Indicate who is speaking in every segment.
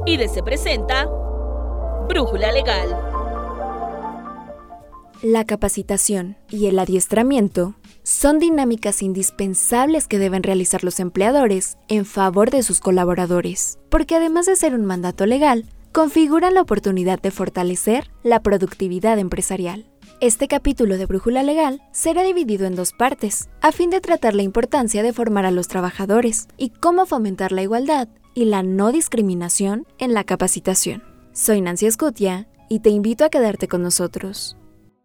Speaker 1: IDC presenta Brújula Legal.
Speaker 2: La capacitación y el adiestramiento son dinámicas indispensables que deben realizar los empleadores en favor de sus colaboradores, porque además de ser un mandato legal, configuran la oportunidad de fortalecer la productividad empresarial. Este capítulo de Brújula Legal será dividido en dos partes, a fin de tratar la importancia de formar a los trabajadores y cómo fomentar la igualdad y la no discriminación en la capacitación. Soy Nancy Escutia y te invito a quedarte con nosotros.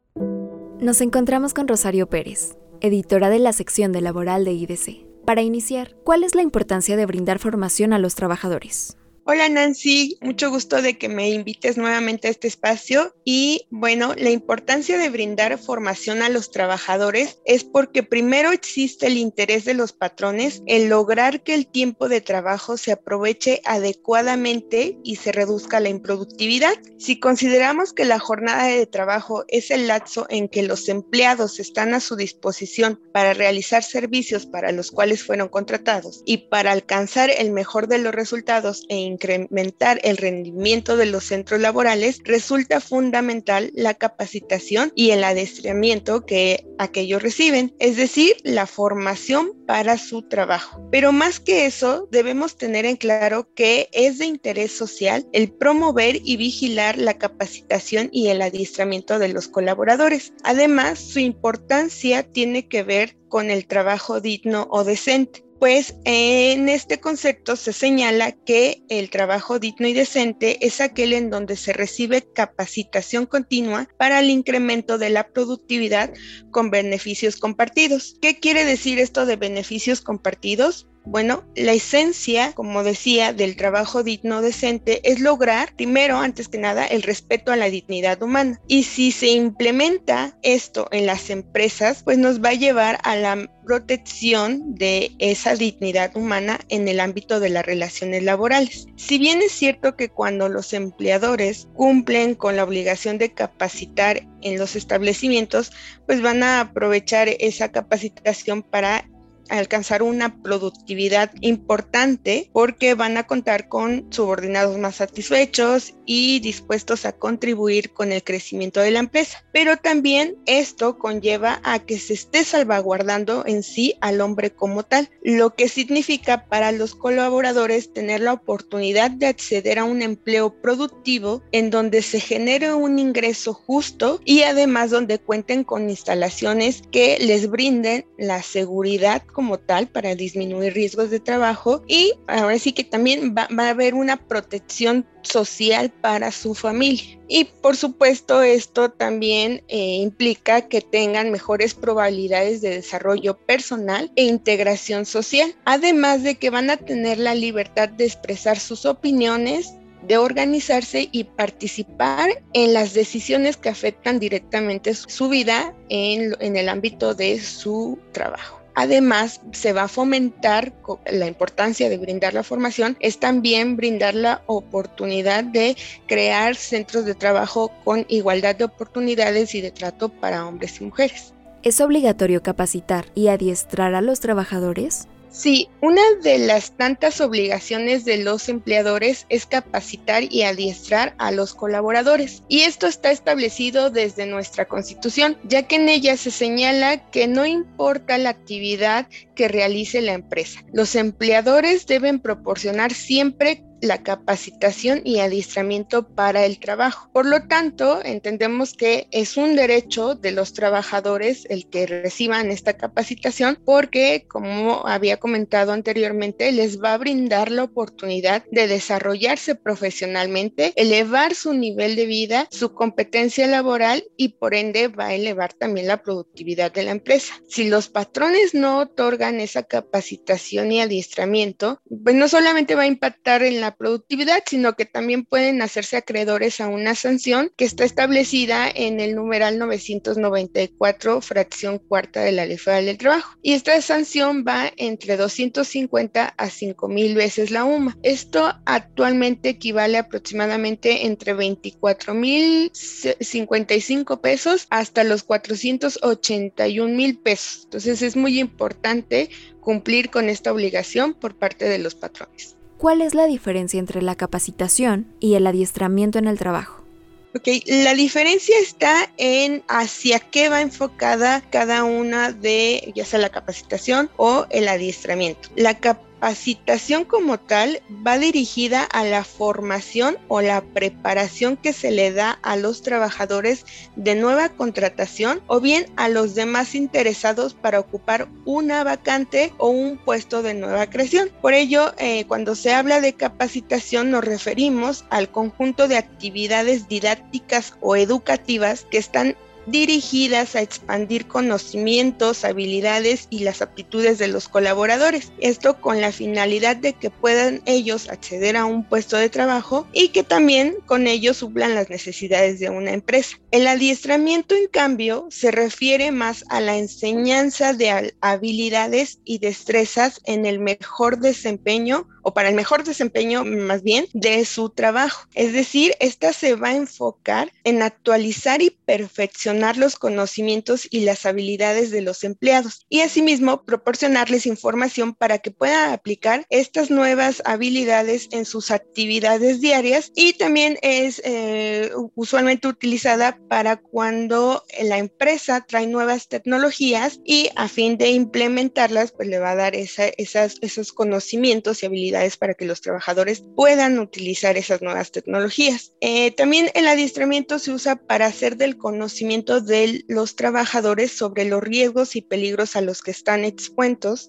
Speaker 2: Nos encontramos con Rosario Pérez, editora de la sección de laboral de IDC. Para iniciar, ¿cuál es la importancia de brindar formación a los trabajadores?
Speaker 3: Hola Nancy, mucho gusto de que me invites nuevamente a este espacio y bueno, la importancia de brindar formación a los trabajadores es porque primero existe el interés de los patrones en lograr que el tiempo de trabajo se aproveche adecuadamente y se reduzca la improductividad. Si consideramos que la jornada de trabajo es el lapso en que los empleados están a su disposición para realizar servicios para los cuales fueron contratados y para alcanzar el mejor de los resultados e incrementar el rendimiento de los centros laborales, resulta fundamental la capacitación y el adiestramiento que aquellos reciben, es decir, la formación para su trabajo. Pero más que eso, debemos tener en claro que es de interés social el promover y vigilar la capacitación y el adiestramiento de los colaboradores. Además, su importancia tiene que ver con el trabajo digno o decente. Pues en este concepto se señala que el trabajo digno y decente es aquel en donde se recibe capacitación continua para el incremento de la productividad con beneficios compartidos. ¿Qué quiere decir esto de beneficios compartidos? Bueno, la esencia, como decía, del trabajo digno decente es lograr, primero, antes que nada, el respeto a la dignidad humana. Y si se implementa esto en las empresas, pues nos va a llevar a la protección de esa dignidad humana en el ámbito de las relaciones laborales. Si bien es cierto que cuando los empleadores cumplen con la obligación de capacitar en los establecimientos, pues van a aprovechar esa capacitación para alcanzar una productividad importante porque van a contar con subordinados más satisfechos y dispuestos a contribuir con el crecimiento de la empresa. Pero también esto conlleva a que se esté salvaguardando en sí al hombre como tal, lo que significa para los colaboradores tener la oportunidad de acceder a un empleo productivo en donde se genere un ingreso justo y además donde cuenten con instalaciones que les brinden la seguridad como tal para disminuir riesgos de trabajo y ahora sí que también va a haber una protección social para su familia. Y por supuesto esto también implica que tengan mejores probabilidades de desarrollo personal e integración social, además de que van a tener la libertad de expresar sus opiniones, de organizarse y participar en las decisiones que afectan directamente su vida en el ámbito de su trabajo. Además, se va a fomentar la importancia de brindar la formación, es también brindar la oportunidad de crear centros de trabajo con igualdad de oportunidades y de trato para hombres y mujeres.
Speaker 2: ¿Es obligatorio capacitar y adiestrar a los trabajadores?
Speaker 3: Sí, una de las tantas obligaciones de los empleadores es capacitar y adiestrar a los colaboradores. Y esto está establecido desde nuestra Constitución, ya que en ella se señala que no importa la actividad que realice la empresa, los empleadores deben proporcionar siempre la capacitación y adiestramiento para el trabajo. Por lo tanto, entendemos que es un derecho de los trabajadores el que reciban esta capacitación porque, como había comentado anteriormente, les va a brindar la oportunidad de desarrollarse profesionalmente, elevar su nivel de vida, su competencia laboral y por ende va a elevar también la productividad de la empresa. Si los patrones no otorgan esa capacitación y adiestramiento, pues no solamente va a impactar en la productividad, sino que también pueden hacerse acreedores a una sanción que está establecida en el numeral 994, fracción cuarta de la Ley Federal del Trabajo. Y esta sanción va entre 250 a 5,000 veces la UMA. Esto actualmente equivale aproximadamente entre 24,055 pesos hasta los 481,000 pesos. Entonces es muy importante cumplir con esta obligación por parte de los patrones.
Speaker 2: ¿Cuál es la diferencia entre la capacitación y el adiestramiento en el trabajo?
Speaker 3: Ok, la diferencia está en hacia qué va enfocada cada una de, ya sea la capacitación o el adiestramiento. La capacitación como tal va dirigida a la formación o la preparación que se le da a los trabajadores de nueva contratación o bien a los demás interesados para ocupar una vacante o un puesto de nueva creación. Por ello, cuando se habla de capacitación nos referimos al conjunto de actividades didácticas o educativas que están dirigidas a expandir conocimientos, habilidades y las aptitudes de los colaboradores. Esto con la finalidad de que puedan ellos acceder a un puesto de trabajo y que también con ello suplan las necesidades de una empresa. El adiestramiento, en cambio, se refiere más a la enseñanza de habilidades y destrezas en el mejor desempeño o para el mejor desempeño más bien de su trabajo. Es decir, esta se va a enfocar en actualizar y perfeccionar los conocimientos y las habilidades de los empleados y asimismo proporcionarles información para que puedan aplicar estas nuevas habilidades en sus actividades diarias y también es usualmente utilizada para cuando la empresa trae nuevas tecnologías y a fin de implementarlas pues le va a dar esos conocimientos y habilidades para que los trabajadores puedan utilizar esas nuevas tecnologías. También el adiestramiento se usa para hacer del conocimiento de los trabajadores sobre los riesgos y peligros a los que están expuestos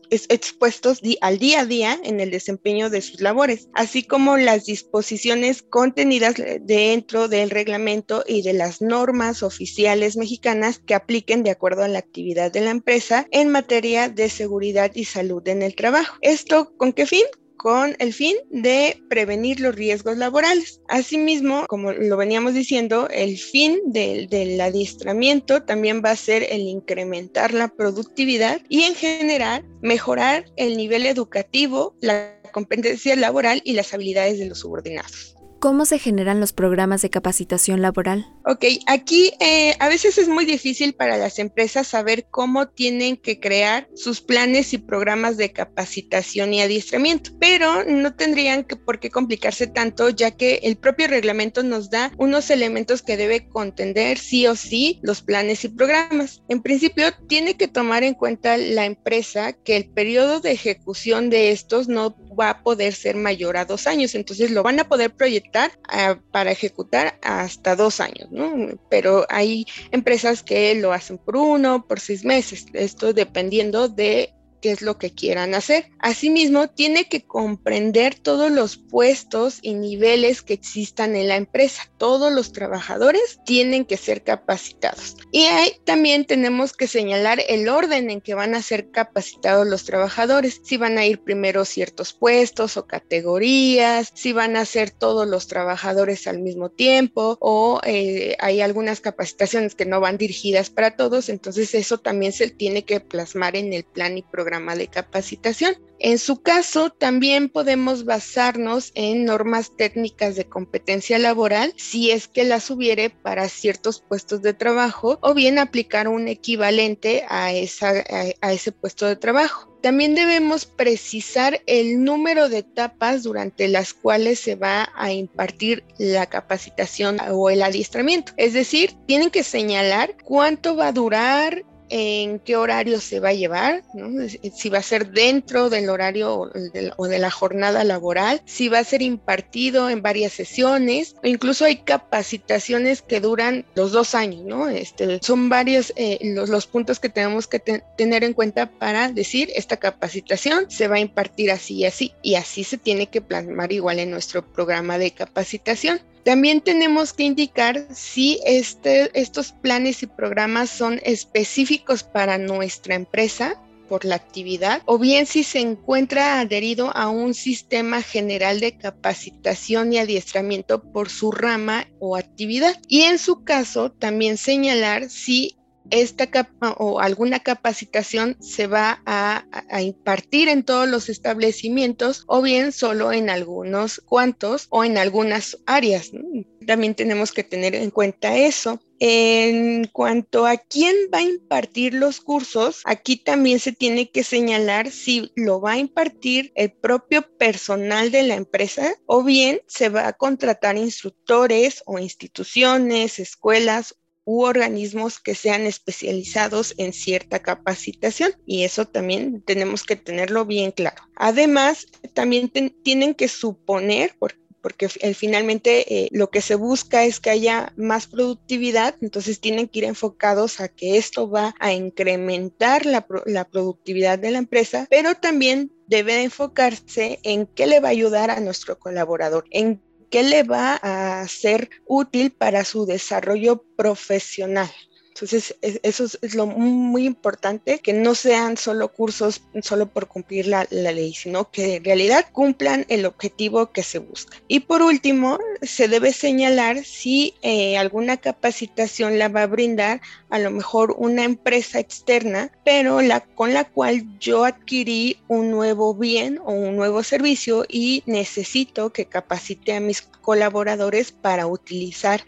Speaker 3: al día a día en el desempeño de sus labores, así como las disposiciones contenidas dentro del reglamento y de las normas oficiales mexicanas que apliquen de acuerdo a la actividad de la empresa en materia de seguridad y salud en el trabajo. ¿Esto con qué fin? Con el fin de prevenir los riesgos laborales. Asimismo, como lo veníamos diciendo, el fin del adiestramiento también va a ser el incrementar la productividad y en general mejorar el nivel educativo, la competencia laboral y las habilidades de los subordinados.
Speaker 2: ¿Cómo se generan los programas de capacitación laboral?
Speaker 3: Ok, aquí a veces es muy difícil para las empresas saber cómo tienen que crear sus planes y programas de capacitación y adiestramiento, pero no tendrían por qué complicarse tanto, ya que el propio reglamento nos da unos elementos que debe contener sí o sí los planes y programas. En principio, tiene que tomar en cuenta la empresa que el periodo de ejecución de estos no va a poder ser mayor a 2 años, entonces lo van a poder proyectar para ejecutar hasta 2 años, ¿no? Pero hay empresas que lo hacen por 1, por 6 meses, esto dependiendo de qué es lo que quieran hacer. Asimismo, tiene que comprender todos los puestos y niveles que existan en la empresa. Todos los trabajadores tienen que ser capacitados. Y ahí también tenemos que señalar el orden en que van a ser capacitados los trabajadores. Si van a ir primero ciertos puestos o categorías, si van a ser todos los trabajadores al mismo tiempo o hay algunas capacitaciones que no van dirigidas para todos. Entonces eso también se tiene que plasmar en el plan y programa de capacitación. En su caso, también podemos basarnos en normas técnicas de competencia laboral, si es que las hubiere para ciertos puestos de trabajo, o bien aplicar un equivalente a ese puesto de trabajo. También debemos precisar el número de etapas durante las cuales se va a impartir la capacitación o el adiestramiento. Es decir, tienen que señalar cuánto va a durar, en qué horario se va a llevar, ¿no? Si va a ser dentro del horario o de la jornada laboral, si va a ser impartido en varias sesiones, o incluso hay capacitaciones que duran los 2 años, ¿no? Son varios los puntos que tenemos que tener en cuenta para decir esta capacitación se va a impartir así y así se tiene que plasmar igual en nuestro programa de capacitación. También tenemos que indicar si estos planes y programas son específicos para nuestra empresa por la actividad o bien si se encuentra adherido a un sistema general de capacitación y adiestramiento por su rama o actividad. Y en su caso también señalar si esta o alguna capacitación se va a impartir en todos los establecimientos o bien solo en algunos cuantos o en algunas áreas, ¿no? También tenemos que tener en cuenta eso. En cuanto a quién va a impartir los cursos, aquí también se tiene que señalar si lo va a impartir el propio personal de la empresa o bien se va a contratar instructores o instituciones, escuelas u organismos que sean especializados en cierta capacitación, y eso también tenemos que tenerlo bien claro. Además, también tienen que suponer, porque finalmente lo que se busca es que haya más productividad, entonces tienen que ir enfocados a que esto va a incrementar la productividad de la empresa, pero también debe enfocarse en qué le va a ayudar a nuestro colaborador, en qué le va a ser útil para su desarrollo profesional. Entonces, eso es lo muy importante, que no sean solo cursos solo por cumplir la ley, sino que en realidad cumplan el objetivo que se busca. Y por último, se debe señalar si alguna capacitación la va a brindar a lo mejor una empresa externa, pero con la cual yo adquirí un nuevo bien o un nuevo servicio y necesito que capacite a mis colaboradores para utilizar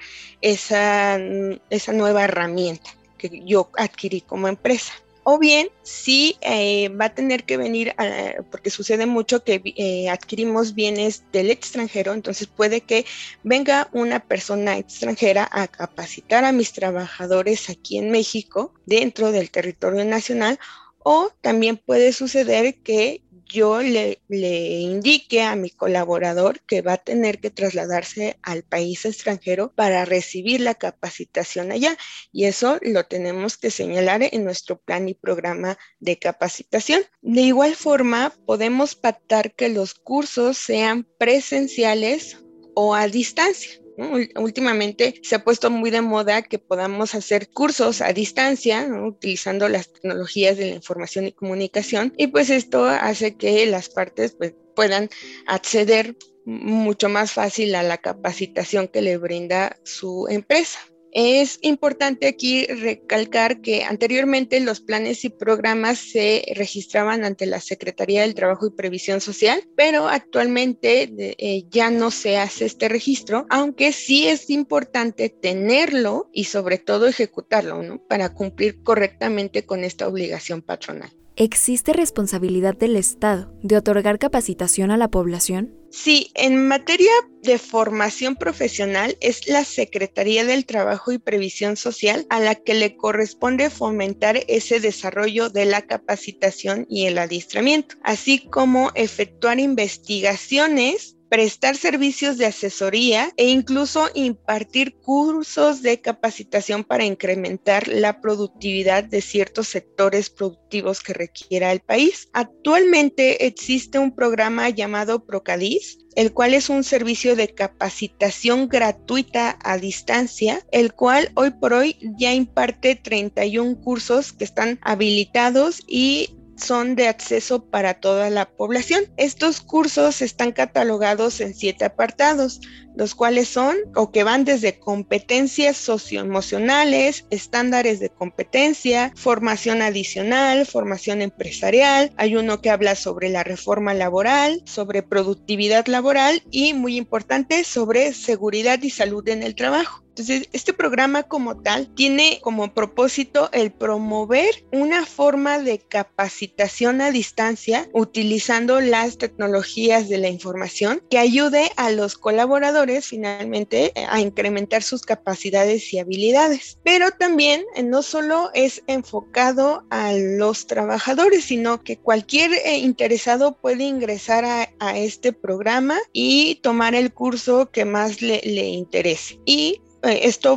Speaker 3: esa nueva herramienta que yo adquirí como empresa. O bien, si va a tener que venir, porque sucede mucho que adquirimos bienes del extranjero, entonces puede que venga una persona extranjera a capacitar a mis trabajadores aquí en México, dentro del territorio nacional, o también puede suceder que yo le indique a mi colaborador que va a tener que trasladarse al país extranjero para recibir la capacitación allá, y eso lo tenemos que señalar en nuestro plan y programa de capacitación. De igual forma, podemos pactar que los cursos sean presenciales o a distancia. Últimamente se ha puesto muy de moda que podamos hacer cursos a distancia, ¿no? Utilizando las tecnologías de la información y comunicación, y pues esto hace que las partes pues, puedan acceder mucho más fácil a la capacitación que le brinda su empresa. Es importante aquí recalcar que anteriormente los planes y programas se registraban ante la Secretaría del Trabajo y Previsión Social, pero actualmente ya no se hace este registro, aunque sí es importante tenerlo y sobre todo ejecutarlo, ¿no? Para cumplir correctamente con esta obligación patronal.
Speaker 2: ¿Existe responsabilidad del Estado de otorgar capacitación a la población?
Speaker 3: Sí, en materia de formación profesional es la Secretaría del Trabajo y Previsión Social a la que le corresponde fomentar ese desarrollo de la capacitación y el adiestramiento, así como efectuar investigaciones, prestar servicios de asesoría e incluso impartir cursos de capacitación para incrementar la productividad de ciertos sectores productivos que requiera el país. Actualmente existe un programa llamado Procadis, el cual es un servicio de capacitación gratuita a distancia, el cual hoy por hoy ya imparte 31 cursos que están habilitados y son de acceso para toda la población. Estos cursos están catalogados en 7 apartados, los cuales son o que van desde competencias socioemocionales, estándares de competencia, formación adicional, formación empresarial. Hay uno que habla sobre la reforma laboral, sobre productividad laboral y, muy importante, sobre seguridad y salud en el trabajo. Entonces, este programa como tal tiene como propósito el promover una forma de capacitación a distancia utilizando las tecnologías de la información que ayude a los colaboradores finalmente a incrementar sus capacidades y habilidades. Pero también no solo es enfocado a los trabajadores, sino que cualquier interesado puede ingresar a este programa y tomar el curso que más le interese. Y esto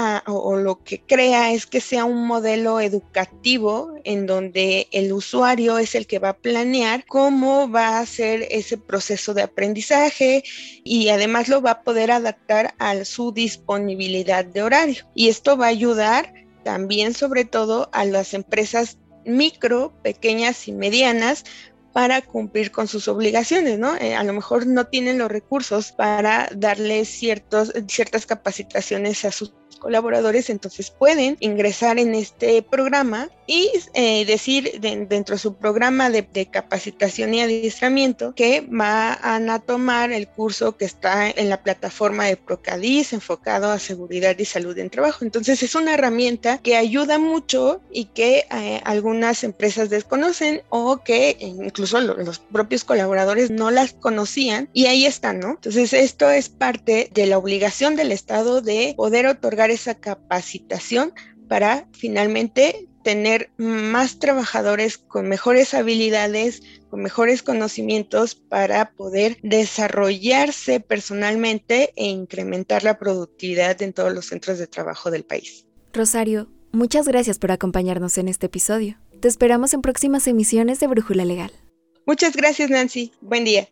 Speaker 3: o lo que crea es que sea un modelo educativo en donde el usuario es el que va a planear cómo va a hacer ese proceso de aprendizaje y además lo va a poder adaptar a su disponibilidad de horario. Y esto va a ayudar también sobre todo a las empresas micro, pequeñas y medianas para cumplir con sus obligaciones, ¿no? A lo mejor no tienen los recursos para darle ciertas capacitaciones a sus colaboradores, entonces pueden ingresar en este programa y decir dentro de su programa de capacitación y adiestramiento que van a tomar el curso que está en la plataforma de Procadis enfocado a seguridad y salud en trabajo. Entonces es una herramienta que ayuda mucho y que algunas empresas desconocen o que incluso los propios colaboradores no las conocían, y ahí están, ¿no? Entonces esto es parte de la obligación del Estado de poder otorgar esa capacitación para finalmente tener más trabajadores con mejores habilidades, con mejores conocimientos para poder desarrollarse personalmente e incrementar la productividad en todos los centros de trabajo del país.
Speaker 2: Rosario, muchas gracias por acompañarnos en este episodio. Te esperamos en próximas emisiones de Brújula Legal.
Speaker 3: Muchas gracias, Nancy. Buen día.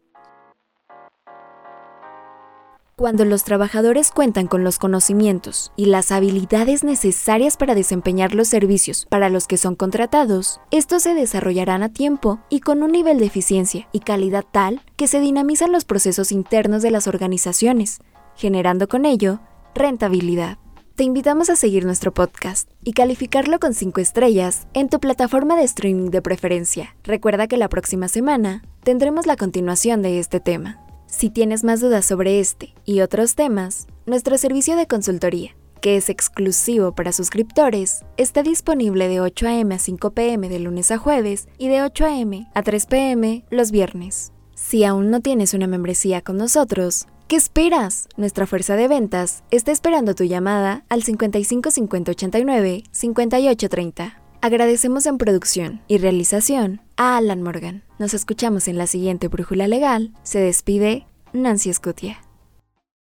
Speaker 2: Cuando los trabajadores cuentan con los conocimientos y las habilidades necesarias para desempeñar los servicios para los que son contratados, estos se desarrollarán a tiempo y con un nivel de eficiencia y calidad tal que se dinamizan los procesos internos de las organizaciones, generando con ello rentabilidad. Te invitamos a seguir nuestro podcast y calificarlo con 5 estrellas en tu plataforma de streaming de preferencia. Recuerda que la próxima semana tendremos la continuación de este tema. Si tienes más dudas sobre este y otros temas, nuestro servicio de consultoría, que es exclusivo para suscriptores, está disponible de 8 a.m. a 5 p.m. de lunes a jueves y de 8 a.m. a 3 p.m. los viernes. Si aún no tienes una membresía con nosotros, ¿qué esperas? Nuestra fuerza de ventas está esperando tu llamada al 55 50 89 58 30. Agradecemos en producción y realización a Alan Morgan. Nos escuchamos en la siguiente Brújula Legal. Se despide Nancy Escutia.